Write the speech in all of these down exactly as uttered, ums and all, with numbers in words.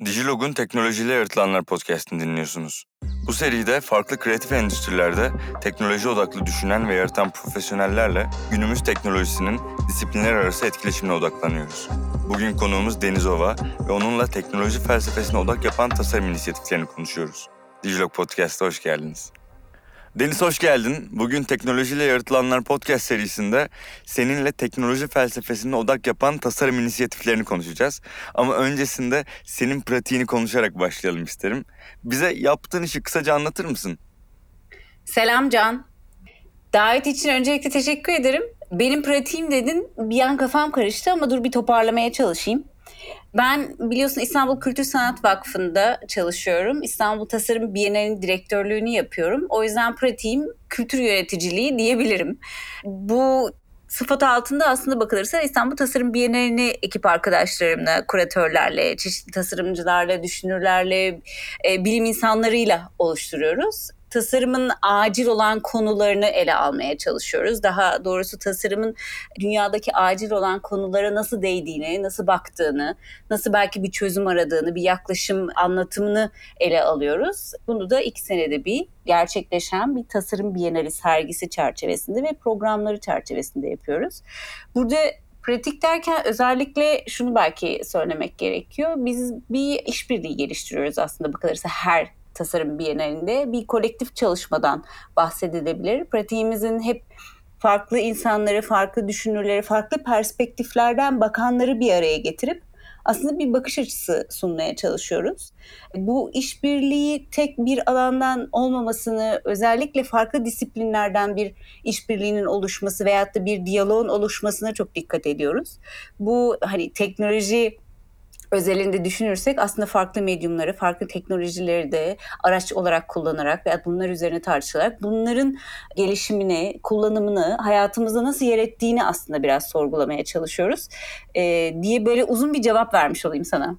Digilog'un Teknolojiyle Yaratılanlar podcast'ini dinliyorsunuz. Bu seride farklı kreatif endüstrilerde teknoloji odaklı düşünen ve yaratan profesyonellerle günümüz teknolojisinin disiplinler arası etkileşimine odaklanıyoruz. Bugün konuğumuz Deniz Ova ve onunla teknoloji felsefesine odak yapan tasarım inisiyatiflerini konuşuyoruz. Digilog Podcast'a hoş geldiniz. Deniz hoş geldin. Bugün Teknolojiyle Yaratılanlar podcast serisinde seninle teknoloji felsefesine odak yapan tasarım inisiyatiflerini konuşacağız. Ama öncesinde senin pratiğini konuşarak başlayalım isterim. Bize yaptığın işi kısaca anlatır mısın? Selam Can. Davet için öncelikle teşekkür ederim. Benim pratiğim dedin, bir an kafam karıştı ama dur bir toparlamaya çalışayım. Ben biliyorsun İstanbul Kültür Sanat Vakfı'nda çalışıyorum. İstanbul Tasarım Bienali'nin direktörlüğünü yapıyorum. O yüzden pratiğim kültür yöneticiliği diyebilirim. Bu sıfat altında aslında bakılırsa İstanbul Tasarım Bienali'ni ekip arkadaşlarımla, kuratörlerle, çeşitli tasarımcılarla, düşünürlerle, e, bilim insanlarıyla oluşturuyoruz. Tasarımın acil olan konularını ele almaya çalışıyoruz. Daha doğrusu tasarımın dünyadaki acil olan konulara nasıl değdiğini, nasıl baktığını, nasıl belki bir çözüm aradığını, bir yaklaşım anlatımını ele alıyoruz. Bunu da iki senede bir gerçekleşen bir tasarım bienali sergisi çerçevesinde ve programları çerçevesinde yapıyoruz. Burada pratik derken özellikle şunu belki söylemek gerekiyor. Biz bir işbirliği geliştiriyoruz aslında bakılırsa her tasarım bienalinde bir kolektif çalışmadan bahsedilebilir. Pratiğimizin hep farklı insanları, farklı düşünürleri, farklı perspektiflerden bakanları bir araya getirip aslında bir bakış açısı sunmaya çalışıyoruz. Bu işbirliği tek bir alandan olmamasını, özellikle farklı disiplinlerden bir işbirliğinin oluşması veyahut da bir diyaloğun oluşmasına çok dikkat ediyoruz. Bu hani teknoloji özelinde düşünürsek aslında farklı medyumları, farklı teknolojileri de araç olarak kullanarak veya bunlar üzerine tartışarak bunların gelişimini, kullanımını, hayatımızda nasıl yer ettiğini aslında biraz sorgulamaya çalışıyoruz ee, diye böyle uzun bir cevap vermiş olayım sana.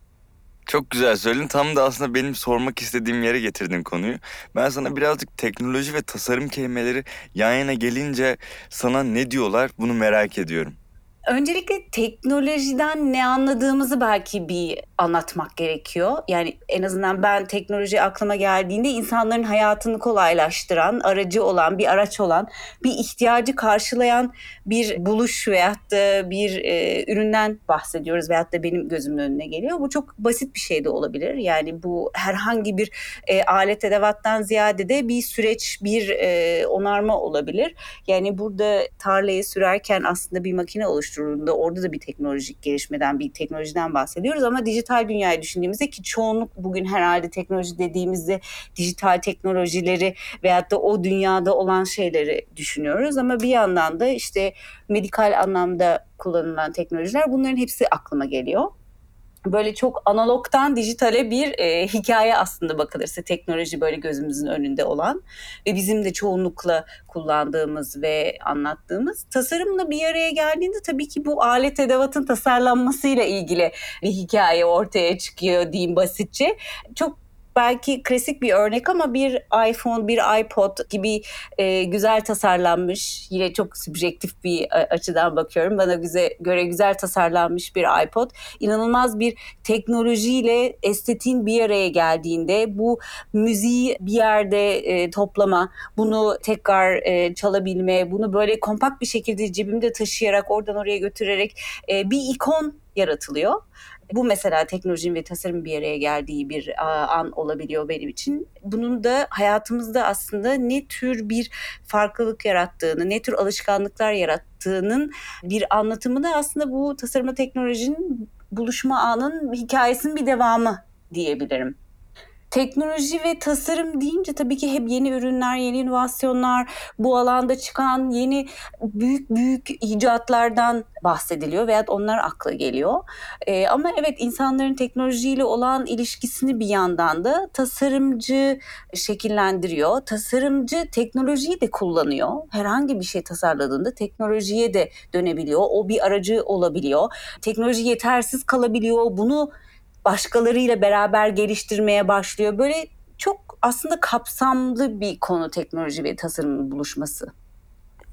Çok güzel söyledin. Tam da aslında benim sormak istediğim yere getirdin konuyu. Ben sana birazcık teknoloji ve tasarım kelimeleri yan yana gelince sana ne diyorlar bunu merak ediyorum. Öncelikle teknolojiden ne anladığımızı belki bir anlatmak gerekiyor. Yani en azından ben teknoloji aklıma geldiğinde insanların hayatını kolaylaştıran, aracı olan, bir araç olan, bir ihtiyacı karşılayan bir buluş veyahut da bir e, üründen bahsediyoruz veyahut da benim gözümün önüne geliyor. Bu çok basit bir şey de olabilir. Yani bu herhangi bir e, alet edevattan ziyade de bir süreç, bir e, onarma olabilir. Yani burada tarlayı sürerken aslında bir makine oluşturuyoruz. Orada da bir teknolojik gelişmeden, bir teknolojiden bahsediyoruz ama dijital dünyayı düşündüğümüzde ki çoğunluk bugün herhalde teknoloji dediğimizde dijital teknolojileri veyahut da o dünyada olan şeyleri düşünüyoruz ama bir yandan da işte medikal anlamda kullanılan teknolojiler bunların hepsi aklıma geliyor. Böyle çok analogtan dijitale bir e, hikaye aslında bakılırsa teknoloji böyle gözümüzün önünde olan ve bizim de çoğunlukla kullandığımız ve anlattığımız tasarımla bir araya geldiğinde tabii ki bu alet edevatın tasarlanmasıyla ilgili bir hikaye ortaya çıkıyor diyeyim basitçe. Çok belki klasik bir örnek ama bir iPhone, bir iPod gibi e, güzel tasarlanmış, yine çok subjektif bir açıdan bakıyorum. Bana güzel, göre güzel tasarlanmış bir iPod, inanılmaz bir teknolojiyle estetiğin bir araya geldiğinde bu müziği bir yerde e, toplama, bunu tekrar e, çalabilme, bunu böyle kompakt bir şekilde cebimde taşıyarak oradan oraya götürerek e, bir ikon yaratılıyor. Bu mesela teknolojinin ve tasarımın bir araya geldiği bir an olabiliyor benim için. Bunun da hayatımızda aslında ne tür bir farklılık yarattığını, ne tür alışkanlıklar yarattığının bir anlatımı da aslında bu tasarımla teknolojinin buluşma anının hikayesinin bir devamı diyebilirim. Teknoloji ve tasarım deyince tabii ki hep yeni ürünler, yeni inovasyonlar, bu alanda çıkan yeni büyük büyük icatlardan bahsediliyor veya onlar akla geliyor. Ee, ama evet insanların teknolojiyle olan ilişkisini bir yandan da tasarımcı şekillendiriyor. Tasarımcı teknolojiyi de kullanıyor. Herhangi bir şey tasarladığında teknolojiye de dönebiliyor. O bir aracı olabiliyor. Teknoloji yetersiz kalabiliyor. Bunu başkalarıyla beraber geliştirmeye başlıyor. Böyle çok aslında kapsamlı bir konu teknoloji ve tasarımın buluşması.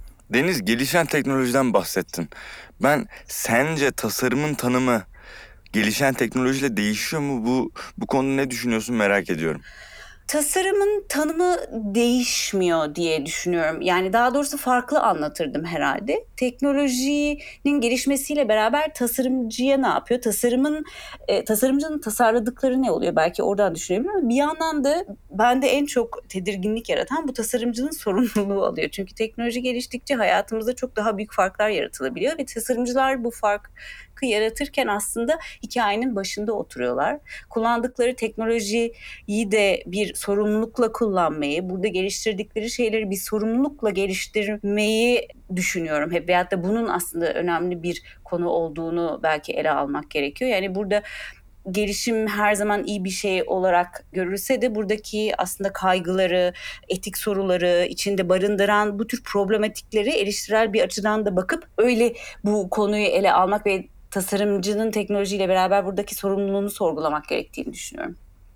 Deniz, gelişen teknolojiden bahsettin. Ben sence tasarımın tanımı gelişen teknolojiyle değişiyor mu? Bu bu konuda ne düşünüyorsun merak ediyorum. Tasarımın tanımı değişmiyor diye düşünüyorum. Yani daha doğrusu farklı anlatırdım herhalde. Teknolojinin gelişmesiyle beraber tasarımcıya ne yapıyor? Tasarımın e, tasarımcının tasarladıkları ne oluyor? Belki oradan düşünebilirim ama bir yandan da bende en çok tedirginlik yaratan bu tasarımcının sorumluluğu alıyor. Çünkü teknoloji geliştikçe hayatımızda çok daha büyük farklar yaratılabiliyor ve tasarımcılar bu farkı yaratırken aslında hikayenin başında oturuyorlar. Kullandıkları teknolojiyi de bir sorumlulukla kullanmayı, burada geliştirdikleri şeyleri bir sorumlulukla geliştirmeyi düşünüyorum hep. Veyahut da bunun aslında önemli bir konu olduğunu belki ele almak gerekiyor. Yani burada gelişim her zaman iyi bir şey olarak görülse de buradaki aslında kaygıları, etik soruları içinde barındıran bu tür problematikleri eleştirel bir açıdan da bakıp öyle bu konuyu ele almak ve tasarımcının teknolojiyle beraber buradaki sorumluluğunu sorgulamak gerektiğini düşünüyorum.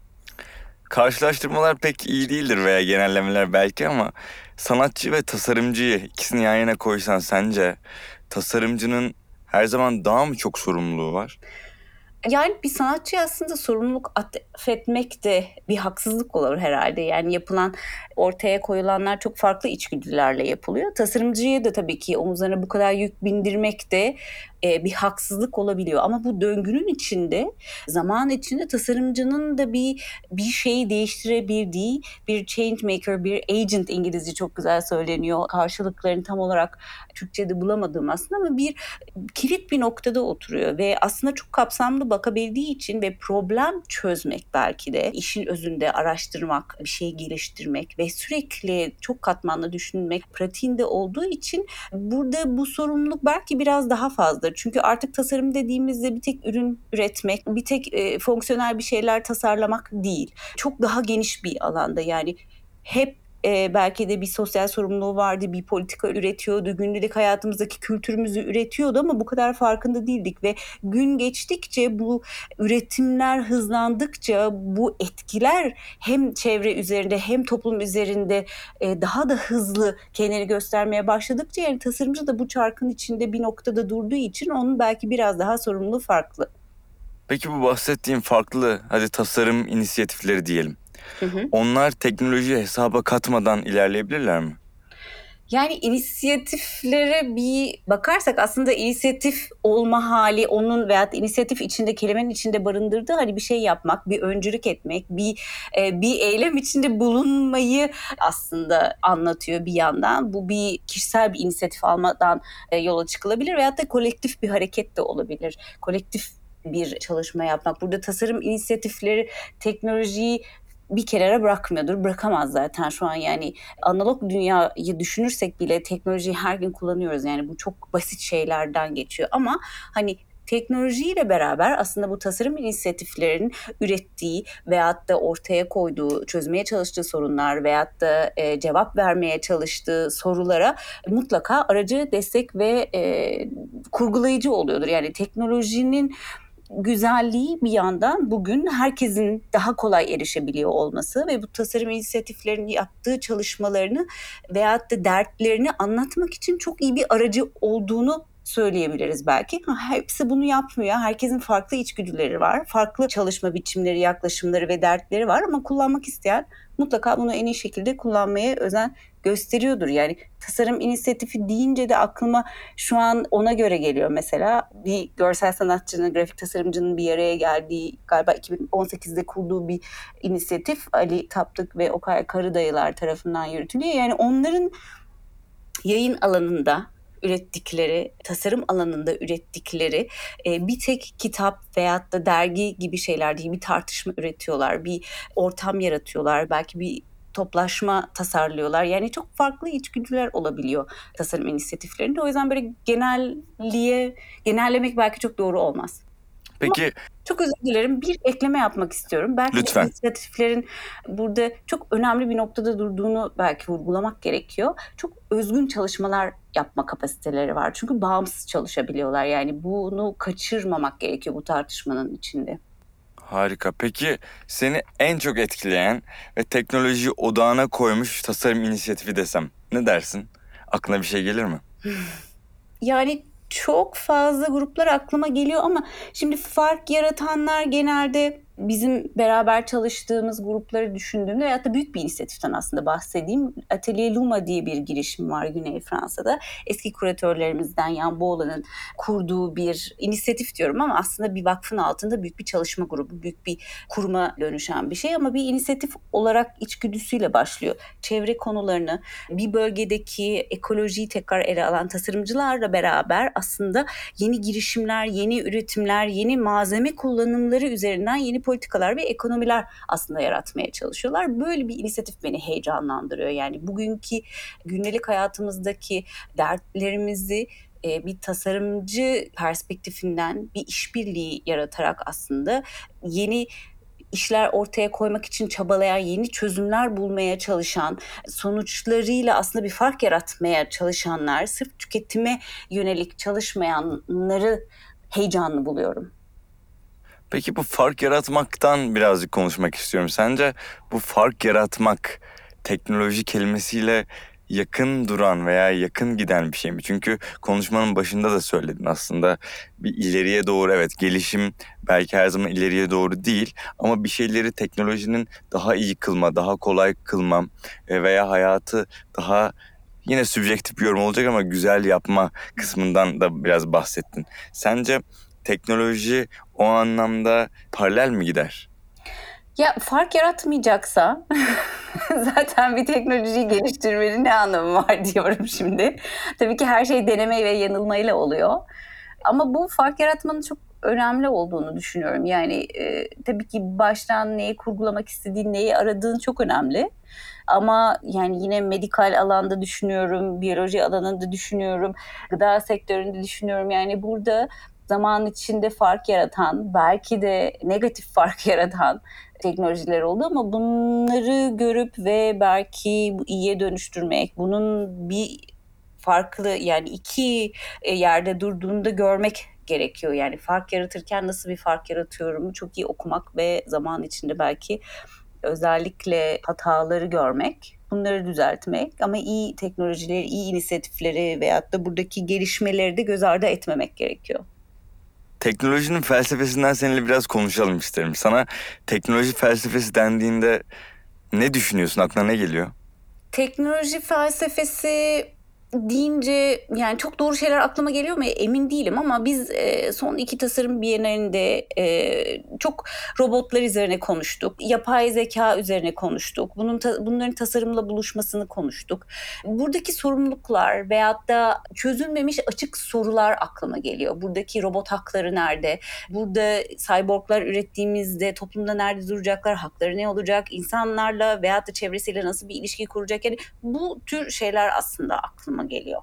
Karşılaştırmalar pek iyi değildir veya genellemeler belki ama sanatçı ve tasarımcıyı ikisini yan yana koysan sence tasarımcının her zaman daha mı çok sorumluluğu var? Yani bir sanatçıya aslında sorumluluk atfetmek de bir haksızlık olur herhalde. Yani yapılan, ortaya koyulanlar çok farklı içgüdülerle yapılıyor. Tasarımcıya da tabii ki omuzlarına bu kadar yük bindirmek de e, bir haksızlık olabiliyor. Ama bu döngünün içinde, zaman içinde tasarımcının da bir bir şeyi değiştirebildiği, bir change maker, bir agent, İngilizce çok güzel söyleniyor. Karşılıklarını tam olarak Türkçe'de bulamadığım aslında ama bir kilit bir noktada oturuyor ve aslında çok kapsamlı bakabildiği için ve problem çözmek belki de işin özünde araştırmak, bir şeyi geliştirmek ve sürekli çok katmanlı düşünmek pratiğinde olduğu için burada bu sorumluluk belki biraz daha fazla. Çünkü artık tasarım dediğimizde bir tek ürün üretmek, bir tek e, fonksiyonel bir şeyler tasarlamak değil. Çok daha geniş bir alanda, yani hep e, belki de bir sosyal sorumluluğu vardı, bir politika üretiyordu, gündelik hayatımızdaki kültürümüzü üretiyordu ama bu kadar farkında değildik ve gün geçtikçe bu üretimler hızlandıkça bu etkiler hem çevre üzerinde hem toplum üzerinde e, daha da hızlı kendini göstermeye başladıkça yani tasarımcı da bu çarkın içinde bir noktada durduğu için onun belki biraz daha sorumluluğu farklı. Peki bu bahsettiğim farklı hadi tasarım inisiyatifleri diyelim. Hı hı. Onlar teknolojiyi hesaba katmadan ilerleyebilirler mi? Yani inisiyatiflere bir bakarsak aslında inisiyatif olma hali onun veyahut inisiyatif içinde, kelimenin içinde barındırdığı hani bir şey yapmak, bir öncülük etmek, bir e, bir eylem içinde bulunmayı aslında anlatıyor bir yandan. Bu bir kişisel bir inisiyatif almadan e, yola çıkılabilir veyahut da kolektif bir hareket de olabilir. Kolektif bir çalışma yapmak. Burada tasarım inisiyatifleri teknolojiyi bir kenara bırakmıyordur. Bırakamaz zaten şu an, yani analog dünyayı düşünürsek bile teknolojiyi her gün kullanıyoruz. Yani bu çok basit şeylerden geçiyor ama hani teknolojiyle beraber aslında bu tasarım inisiyatiflerinin ürettiği veyahut da ortaya koyduğu, çözmeye çalıştığı sorunlar veyahut da e, cevap vermeye çalıştığı sorulara mutlaka aracı, destek ve e, kurgulayıcı oluyordur. Yani teknolojinin güzelliği bir yandan bugün herkesin daha kolay erişebiliyor olması ve bu tasarım inisiyatiflerinin yaptığı çalışmalarını veyahut da dertlerini anlatmak için çok iyi bir aracı olduğunu söyleyebiliriz belki. Hepsi bunu yapmıyor. Herkesin farklı içgüdüleri var. Farklı çalışma biçimleri, yaklaşımları ve dertleri var ama kullanmak isteyen mutlaka bunu en iyi şekilde kullanmaya özen gösteriyordur. Yani tasarım inisiyatifi deyince de aklıma şu an ona göre geliyor mesela. Bir görsel sanatçının, grafik tasarımcının bir araya geldiği, galiba iki bin on sekizde kurduğu bir inisiyatif Ali Tapduk ve Okay Karadayılar tarafından yürütülüyor. Yani onların yayın alanında ürettikleri, tasarım alanında ürettikleri e, bir tek kitap veyahut da dergi gibi şeyler değil, bir tartışma üretiyorlar, bir ortam yaratıyorlar, belki bir toplaşma tasarlıyorlar. Yani çok farklı içgüdüler olabiliyor tasarım inisiyatiflerinde. O yüzden böyle genelliğe, genellemek belki çok doğru olmaz. Peki Çok özür dilerim. Bir ekleme yapmak istiyorum. Belki lütfen. de inisiyatiflerin burada çok önemli bir noktada durduğunu belki vurgulamak gerekiyor. Çok özgün çalışmalar yapma kapasiteleri var. Çünkü bağımsız çalışabiliyorlar. Yani bunu kaçırmamak gerekiyor bu tartışmanın içinde. Harika. Peki seni en çok etkileyen ve teknolojiyi odağına koymuş tasarım inisiyatifi desem ne dersin? Aklına bir şey gelir mi? Yani Çok fazla gruplar aklıma geliyor ama şimdi fark yaratanlar genelde bizim beraber çalıştığımız grupları düşündüğümde veyahut da büyük bir inisiyatiften aslında bahsedeyim. Atelier Luma diye bir girişim var Güney Fransa'da. Eski kuratörlerimizden Jan Boğla'nın kurduğu bir inisiyatif diyorum ama aslında bir vakfın altında büyük bir çalışma grubu, büyük bir kuruma dönüşen bir şey ama bir inisiyatif olarak içgüdüsüyle başlıyor. Çevre konularını, bir bölgedeki ekolojiyi tekrar ele alan tasarımcılarla beraber aslında yeni girişimler, yeni üretimler, yeni malzeme kullanımları üzerinden yeni politikalar ve ekonomiler aslında yaratmaya çalışıyorlar. Böyle bir inisiyatif beni heyecanlandırıyor. Yani bugünkü gündelik hayatımızdaki dertlerimizi bir tasarımcı perspektifinden bir işbirliği yaratarak aslında yeni işler ortaya koymak için çabalayan, yeni çözümler bulmaya çalışan, sonuçlarıyla aslında bir fark yaratmaya çalışanlar, sırf tüketime yönelik çalışmayanları heyecanlı buluyorum. Peki bu fark yaratmaktan birazcık konuşmak istiyorum. Sence bu fark yaratmak teknoloji kelimesiyle yakın duran veya yakın giden bir şey mi? Çünkü konuşmanın başında da söyledin aslında bir ileriye doğru, evet, gelişim belki her zaman ileriye doğru değil ama bir şeyleri teknolojinin daha iyi kılma, daha kolay kılma veya hayatı daha, yine sübjektif bir yorum olacak ama güzel yapma kısmından da biraz bahsettin. Sence teknoloji o anlamda paralel mi gider? Ya fark yaratmayacaksa zaten bir teknolojiyi geliştirmenin ne anlamı var diyorum şimdi. Tabii ki her şey deneme ve yanılmayla oluyor. Ama bu fark yaratmanın çok önemli olduğunu düşünüyorum. Yani e, tabii ki baştan neyi kurgulamak istediğin, neyi aradığın çok önemli. Ama yani yine medikal alanda düşünüyorum, biyoloji alanında düşünüyorum, gıda sektöründe düşünüyorum. Yani burada zaman içinde fark yaratan, belki de negatif fark yaratan teknolojiler oldu ama bunları görüp ve belki bu iyiye dönüştürmek, bunun bir farklı yani iki yerde durduğunu da görmek gerekiyor. Yani fark yaratırken nasıl bir fark yaratıyorum çok iyi okumak ve zaman içinde belki özellikle hataları görmek, bunları düzeltmek ama iyi teknolojileri, iyi inisiyatifleri veyahut da buradaki gelişmeleri de göz ardı etmemek gerekiyor. Teknolojinin felsefesinden seninle biraz konuşalım isterim. Sana teknoloji felsefesi dendiğinde ne düşünüyorsun? Aklına ne geliyor? Teknoloji felsefesi deyince yani çok doğru şeyler aklıma geliyor mu emin değilim ama biz e, son iki tasarım bienalinde e, çok robotlar üzerine konuştuk. Yapay zeka üzerine konuştuk. Bunun ta, bunların tasarımla buluşmasını konuştuk. Buradaki sorumluluklar veyahut da çözülmemiş açık sorular aklıma geliyor. Buradaki robot hakları nerede? Burada cyborglar ürettiğimizde toplumda nerede duracaklar? Hakları ne olacak? İnsanlarla veyahut da çevresiyle nasıl bir ilişki kuracak? Yani bu tür şeyler aslında aklıma geliyor.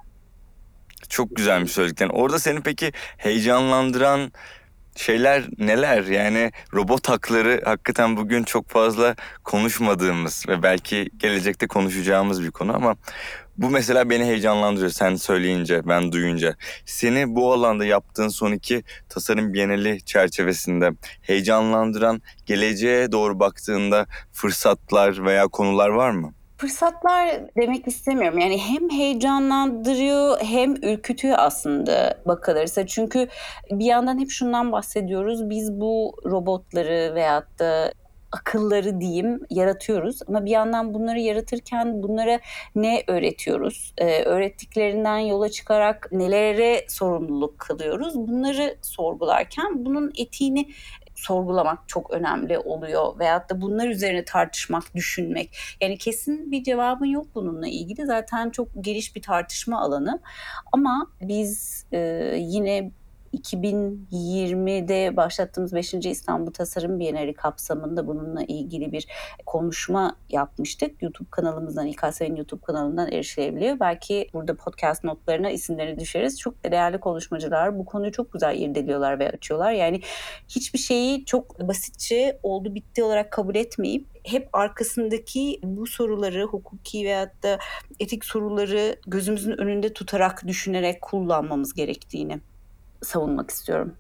Çok güzelmiş söylediklerin. Orada seni peki heyecanlandıran şeyler neler? Yani robot hakları hakikaten bugün çok fazla konuşmadığımız ve belki gelecekte konuşacağımız bir konu ama bu mesela beni heyecanlandırıyor sen söyleyince, ben duyunca. Seni bu alanda yaptığın son iki tasarım bienali çerçevesinde heyecanlandıran, geleceğe doğru baktığında fırsatlar veya konular var mı? Fırsatlar demek istemiyorum. Yani hem heyecanlandırıyor hem ürkütüyor aslında bakılırsa. Çünkü bir yandan hep şundan bahsediyoruz. Biz bu robotları veyahut da akılları diyeyim yaratıyoruz. Ama bir yandan bunları yaratırken bunlara ne öğretiyoruz? Ee, öğrettiklerinden yola çıkarak nelere sorumluluk kılıyoruz? Bunları sorgularken bunun etiğini sorgulamak çok önemli oluyor veyahut da bunlar üzerine tartışmak, düşünmek. Yani kesin bir cevabın yok bununla ilgili. Zaten çok geniş bir tartışma alanı. Ama biz e, yine iki bin yirmide başlattığımız beşinci İstanbul Tasarım Bienali kapsamında bununla ilgili bir konuşma yapmıştık. YouTube kanalımızdan, İKSV'nin YouTube kanalından erişilebiliyor. Belki burada podcast notlarına isimlerini düşeriz. Çok değerli konuşmacılar bu konuyu çok güzel irdeliyorlar ve açıyorlar. Yani hiçbir şeyi çok basitçe oldu bitti olarak kabul etmeyip hep arkasındaki bu soruları, hukuki veyahut da etik soruları gözümüzün önünde tutarak, düşünerek kullanmamız gerektiğini savunmak istiyorum.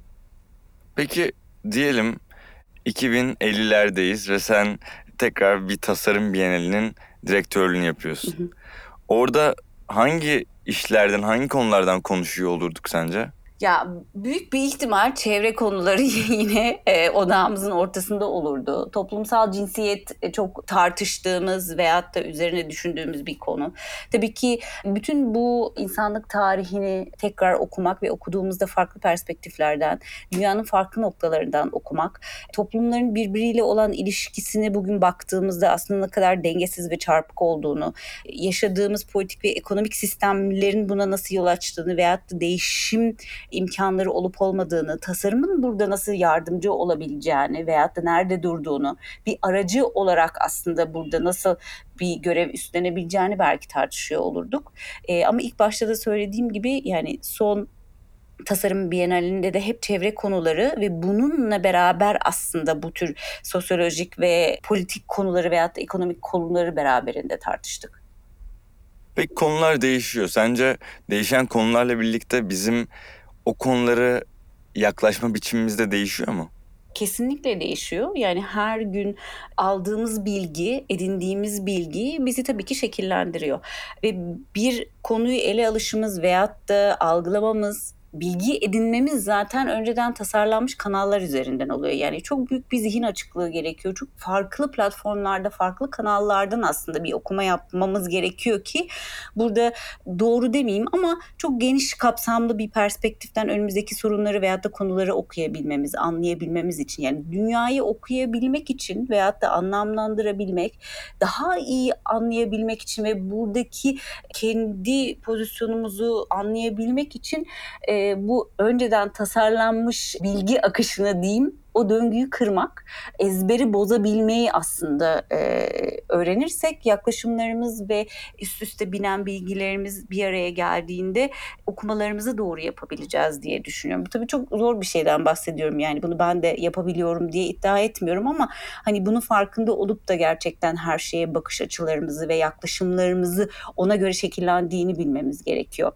Peki diyelim iki bin ellilerdeyiz ve sen tekrar bir tasarım bienalinin direktörlüğünü yapıyorsun. Hı hı. Orada hangi işlerden, hangi konulardan konuşuyor olurduk sence? Ya büyük bir ihtimal çevre konuları yine e, odağımızın ortasında olurdu. Toplumsal cinsiyet e, çok tartıştığımız veyahut da üzerine düşündüğümüz bir konu. Tabii ki bütün bu insanlık tarihini tekrar okumak ve okuduğumuzda farklı perspektiflerden, dünyanın farklı noktalarından okumak, toplumların birbiriyle olan ilişkisini bugün baktığımızda aslında ne kadar dengesiz ve çarpık olduğunu, yaşadığımız politik ve ekonomik sistemlerin buna nasıl yol açtığını veyahut da değişim imkanları olup olmadığını, tasarımın burada nasıl yardımcı olabileceğini veyahut da nerede durduğunu, bir aracı olarak aslında burada nasıl bir görev üstlenebileceğini belki tartışıyor olurduk. E, ama ilk başta da söylediğim gibi yani son Tasarım Bienalinde de hep çevre konuları ve bununla beraber aslında bu tür sosyolojik ve politik konuları veyahut da ekonomik konuları beraberinde tartıştık. Peki konular değişiyor. Sence değişen konularla birlikte bizim o konuları yaklaşma biçimimiz de değişiyor mu? Kesinlikle değişiyor. Yani her gün aldığımız bilgi, edindiğimiz bilgi bizi tabii ki şekillendiriyor. Ve bir konuyu ele alışımız veyahut da algılamamız, bilgi edinmemiz zaten önceden tasarlanmış kanallar üzerinden oluyor. Yani çok büyük bir zihin açıklığı gerekiyor. Çok farklı platformlarda, farklı kanallardan aslında bir okuma yapmamız gerekiyor ki burada doğru demeyeyim ama çok geniş kapsamlı bir perspektiften önümüzdeki sorunları veyahut da konuları okuyabilmemiz, anlayabilmemiz için. Yani dünyayı okuyabilmek için veyahut da anlamlandırabilmek, daha iyi anlayabilmek için ve buradaki kendi pozisyonumuzu anlayabilmek için e, bu önceden tasarlanmış bilgi akışını diyeyim, o döngüyü kırmak, ezberi bozabilmeyi aslında e, öğrenirsek yaklaşımlarımız ve üst üste binen bilgilerimiz bir araya geldiğinde okumalarımızı doğru yapabileceğiz diye düşünüyorum. Bu tabii çok zor bir şeyden bahsediyorum, yani bunu ben de yapabiliyorum diye iddia etmiyorum ama hani bunun farkında olup da gerçekten her şeye bakış açılarımızı ve yaklaşımlarımızı ona göre şekillendiğini bilmemiz gerekiyor.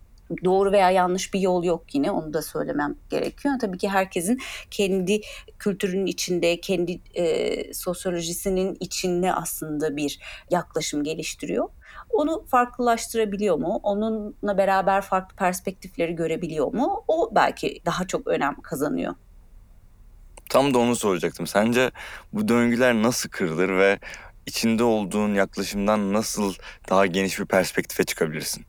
Doğru veya yanlış bir yol yok, yine onu da söylemem gerekiyor. Tabii ki herkesin kendi kültürünün içinde, kendi e, sosyolojisinin içinde aslında bir yaklaşım geliştiriyor. Onu farklılaştırabiliyor mu? Onunla beraber farklı perspektifleri görebiliyor mu? O belki daha çok önem kazanıyor. Tam da onu soracaktım. Sence bu döngüler nasıl kırılır ve içinde olduğun yaklaşımdan nasıl daha geniş bir perspektife çıkabilirsin?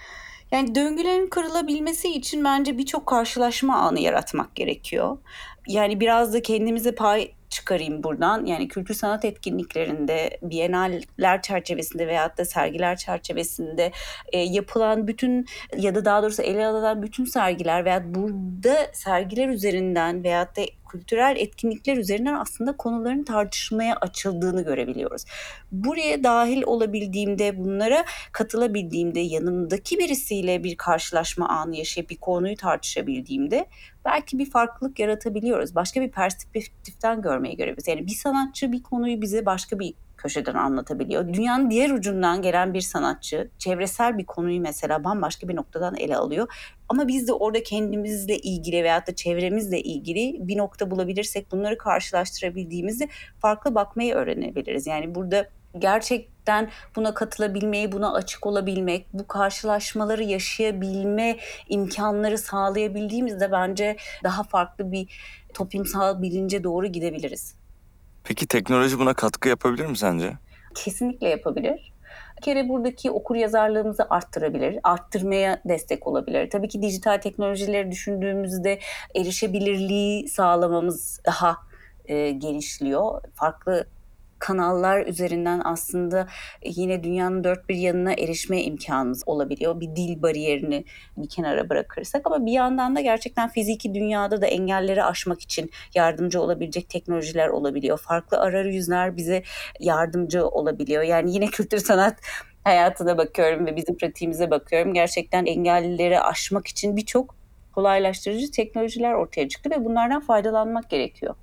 Yani döngülerin kırılabilmesi için bence birçok karşılaşma anı yaratmak gerekiyor. Yani biraz da kendimize pay çıkarayım buradan. Yani kültür sanat etkinliklerinde, biyenaller çerçevesinde veyahut da sergiler çerçevesinde e, yapılan bütün ya da daha doğrusu ele alınan bütün sergiler veyahut burada sergiler üzerinden veyahut da kültürel etkinlikler üzerinden aslında konuların tartışmaya açıldığını görebiliyoruz. Buraya dahil olabildiğimde, bunlara katılabildiğimde, yanımdaki birisiyle bir karşılaşma anı yaşayıp bir konuyu tartışabildiğimde belki bir farklılık yaratabiliyoruz. Başka bir perspektiften görmeyi görebiliriz. Yani bir sanatçı bir konuyu bize başka bir köşeden anlatabiliyor. Dünyanın diğer ucundan gelen bir sanatçı çevresel bir konuyu mesela bambaşka bir noktadan ele alıyor. Ama biz de orada kendimizle ilgili veyahut da çevremizle ilgili bir nokta bulabilirsek, bunları karşılaştırabildiğimizde farklı bakmayı öğrenebiliriz. Yani burada gerçekten buna katılabilmeyi, buna açık olabilmek, bu karşılaşmaları yaşayabilme imkanları sağlayabildiğimizde bence daha farklı bir toplumsal bilince doğru gidebiliriz. Peki teknoloji buna katkı yapabilir mi sence? Kesinlikle yapabilir. Bir kere buradaki okur yazarlığımızı arttırabilir, arttırmaya destek olabilir. Tabii ki dijital teknolojileri düşündüğümüzde erişebilirliği sağlamamız daha e, genişliyor. Farklı kanallar üzerinden aslında yine dünyanın dört bir yanına erişme imkanımız olabiliyor. Bir dil bariyerini bir kenara bırakırsak, ama bir yandan da gerçekten fiziki dünyada da engelleri aşmak için yardımcı olabilecek teknolojiler olabiliyor. Farklı arayüzler bize yardımcı olabiliyor. Yani yine kültür sanat hayatına bakıyorum ve bizim pratiğimize bakıyorum. Gerçekten engellileri aşmak için birçok kolaylaştırıcı teknolojiler ortaya çıktı ve bunlardan faydalanmak gerekiyor.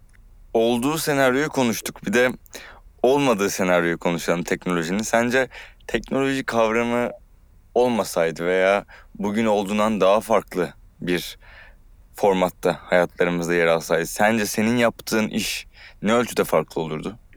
Olduğu senaryoyu konuştuk. Bir de olmadığı senaryoyu konuşalım teknolojinin. Sence teknoloji kavramı olmasaydı veya bugün olduğundan daha farklı bir formatta hayatlarımızda yer alsaydı, sence senin yaptığın iş ne ölçüde farklı olurdu?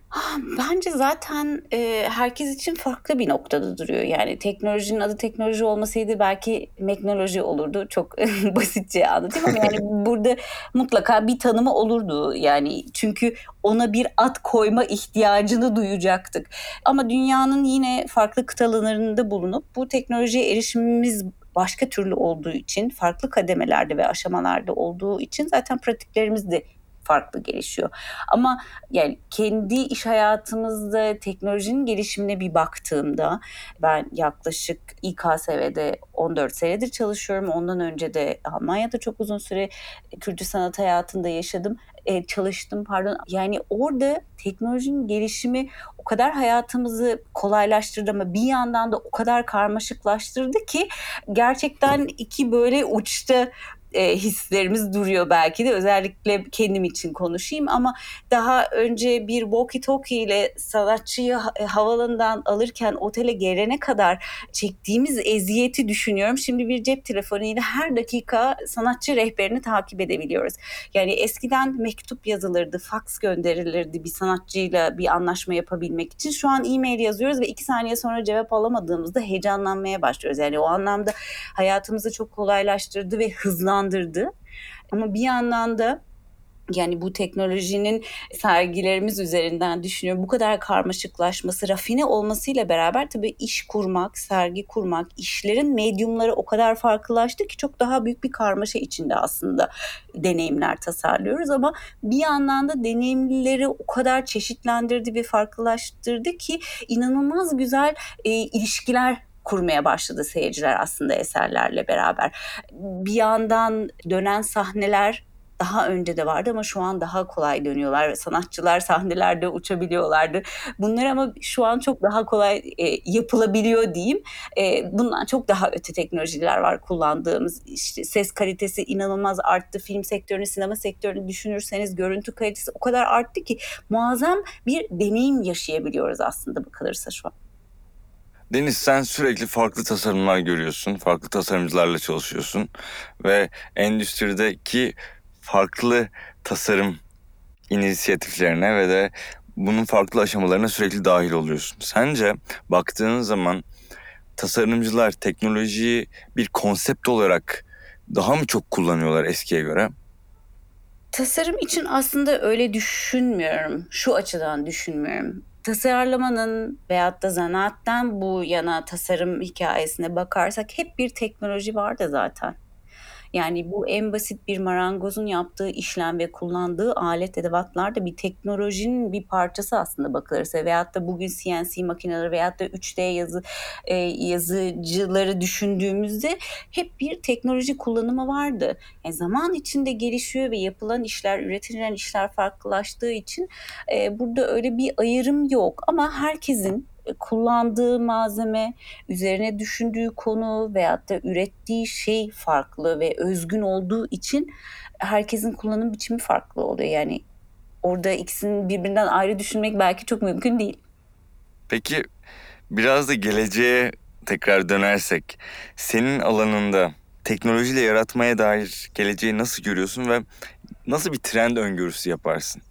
Ah, Bence zaten e, herkes için farklı bir noktada duruyor. Yani teknolojinin adı teknoloji olmasaydı belki meknoloji olurdu. Çok basitçe anlatayım ama yani burada mutlaka bir tanımı olurdu. Yani çünkü ona bir ad koyma ihtiyacını duyacaktık. Ama dünyanın yine farklı kıtalarında bulunup bu teknolojiye erişimimiz başka türlü olduğu için, farklı kademelerde ve aşamalarda olduğu için zaten pratiklerimiz de farklı gelişiyor. Ama yani kendi iş hayatımızda teknolojinin gelişimine bir baktığımda ben yaklaşık İ K S V'de on dört senedir çalışıyorum. Ondan önce de Almanya'da çok uzun süre kültür sanat hayatında yaşadım. E, çalıştım pardon. Yani orada teknolojinin gelişimi o kadar hayatımızı kolaylaştırdı ama bir yandan da o kadar karmaşıklaştırdı ki gerçekten iki böyle uçta e, hislerimiz duruyor belki de. Özellikle kendim için konuşayım ama daha önce bir walkie talkie ile sanatçıyı ha- havalanından alırken otele gelene kadar çektiğimiz eziyeti düşünüyorum. Şimdi bir cep telefonuyla her dakika sanatçı rehberini takip edebiliyoruz. Yani eskiden mektup yazılırdı, faks gönderilirdi bir sanatçıyla bir anlaşma yapabilmek için. Şu an e-mail yazıyoruz ve iki saniye sonra cevap alamadığımızda heyecanlanmaya başlıyoruz. Yani o anlamda hayatımızı çok kolaylaştırdı ve hızlandırdı. Ama bir yandan da yani bu teknolojinin sergilerimiz üzerinden düşünüyorum. Bu kadar karmaşıklaşması, rafine olmasıyla beraber tabii iş kurmak, sergi kurmak, işlerin medyumları o kadar farklılaştı ki çok daha büyük bir karmaşa içinde aslında deneyimler tasarlıyoruz. Ama bir yandan da deneyimleri o kadar çeşitlendirdi ve farklılaştırdı ki inanılmaz güzel e, ilişkiler kurmaya başladı seyirciler aslında eserlerle beraber. Bir yandan dönen sahneler daha önce de vardı ama şu an daha kolay dönüyorlar ve sanatçılar sahnelerde uçabiliyorlardı. Bunlar ama şu an çok daha kolay e, yapılabiliyor diyeyim. E, bundan çok daha öte teknolojiler var kullandığımız. İşte ses kalitesi inanılmaz arttı. Film sektörünü, sinema sektörünü düşünürseniz görüntü kalitesi o kadar arttı ki muazzam bir deneyim yaşayabiliyoruz aslında bakılırsa şu an. Deniz, sen sürekli farklı tasarımlar görüyorsun, farklı tasarımcılarla çalışıyorsun ve endüstrideki farklı tasarım inisiyatiflerine ve de bunun farklı aşamalarına sürekli dahil oluyorsun. Sence baktığın zaman tasarımcılar teknolojiyi bir konsept olarak daha mı çok kullanıyorlar eskiye göre? Tasarım için aslında öyle düşünmüyorum. Şu açıdan düşünmüyorum. Tasarlamanın veyahut da zanaatten bu yana tasarım hikayesine bakarsak hep bir teknoloji vardı zaten. Yani bu en basit bir marangozun yaptığı işlem ve kullandığı alet edevatlar da bir teknolojinin bir parçası aslında bakılırsa. Veyahut da bugün C N C makineleri veyahut da üç D yazı e, yazıcıları düşündüğümüzde hep bir teknoloji kullanımı vardı. Yani zaman içinde gelişiyor ve yapılan işler, üretilen işler farklılaştığı için e, burada öyle bir ayrım yok. Ama herkesin kullandığı malzeme, üzerine düşündüğü konu veyahut da ürettiği şey farklı ve özgün olduğu için herkesin kullanım biçimi farklı oluyor. Yani orada ikisini birbirinden ayrı düşünmek belki çok mümkün değil. Peki biraz da geleceğe tekrar dönersek, senin alanında teknolojiyle yaratmaya dair geleceği nasıl görüyorsun ve nasıl bir trend öngörüsü yaparsın?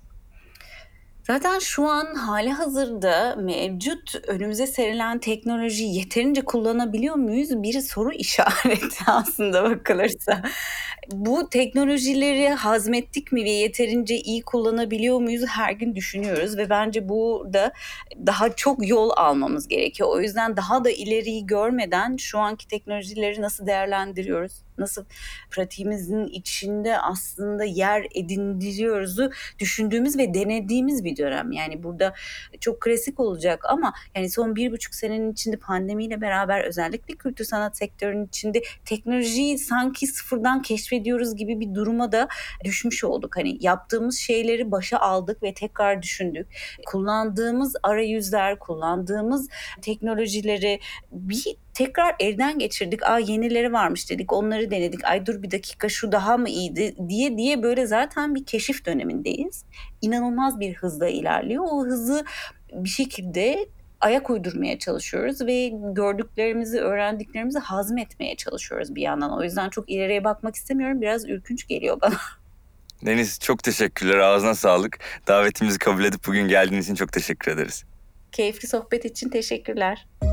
Zaten şu an hali hazırda mevcut önümüze serilen teknolojiyi yeterince kullanabiliyor muyuz? Bir soru işareti aslında bakılırsa. Bu teknolojileri hazmettik mi ve yeterince iyi kullanabiliyor muyuz her gün düşünüyoruz ve bence burada daha çok yol almamız gerekiyor. O yüzden daha da ileriyi görmeden şu anki teknolojileri nasıl değerlendiriyoruz? Nasıl pratiğimizin içinde aslında yer edindiriyoruzu düşündüğümüz ve denediğimiz bir dönem. Yani burada çok klasik olacak ama yani son bir buçuk senenin içinde pandemiyle beraber özellikle kültür sanat sektörünün içinde teknolojiyi sanki sıfırdan keşfediyoruz gibi bir duruma da düşmüş olduk. Hani yaptığımız şeyleri başa aldık ve tekrar düşündük. Kullandığımız arayüzler, kullandığımız teknolojileri bir tekrar elden geçirdik. Aa yenileri varmış dedik. Onları denedik. Ay dur bir dakika şu daha mı iyiydi diye diye böyle zaten bir keşif dönemindeyiz. İnanılmaz bir hızla ilerliyor. O hızı bir şekilde ayak uydurmaya çalışıyoruz ve gördüklerimizi, öğrendiklerimizi hazmetmeye çalışıyoruz bir yandan. O yüzden çok ileriye bakmak istemiyorum. Biraz ürkünç geliyor bana. Deniz, çok teşekkürler. Ağzına sağlık. Davetimizi kabul edip bugün geldiğin için çok teşekkür ederiz. Keyifli sohbet için teşekkürler.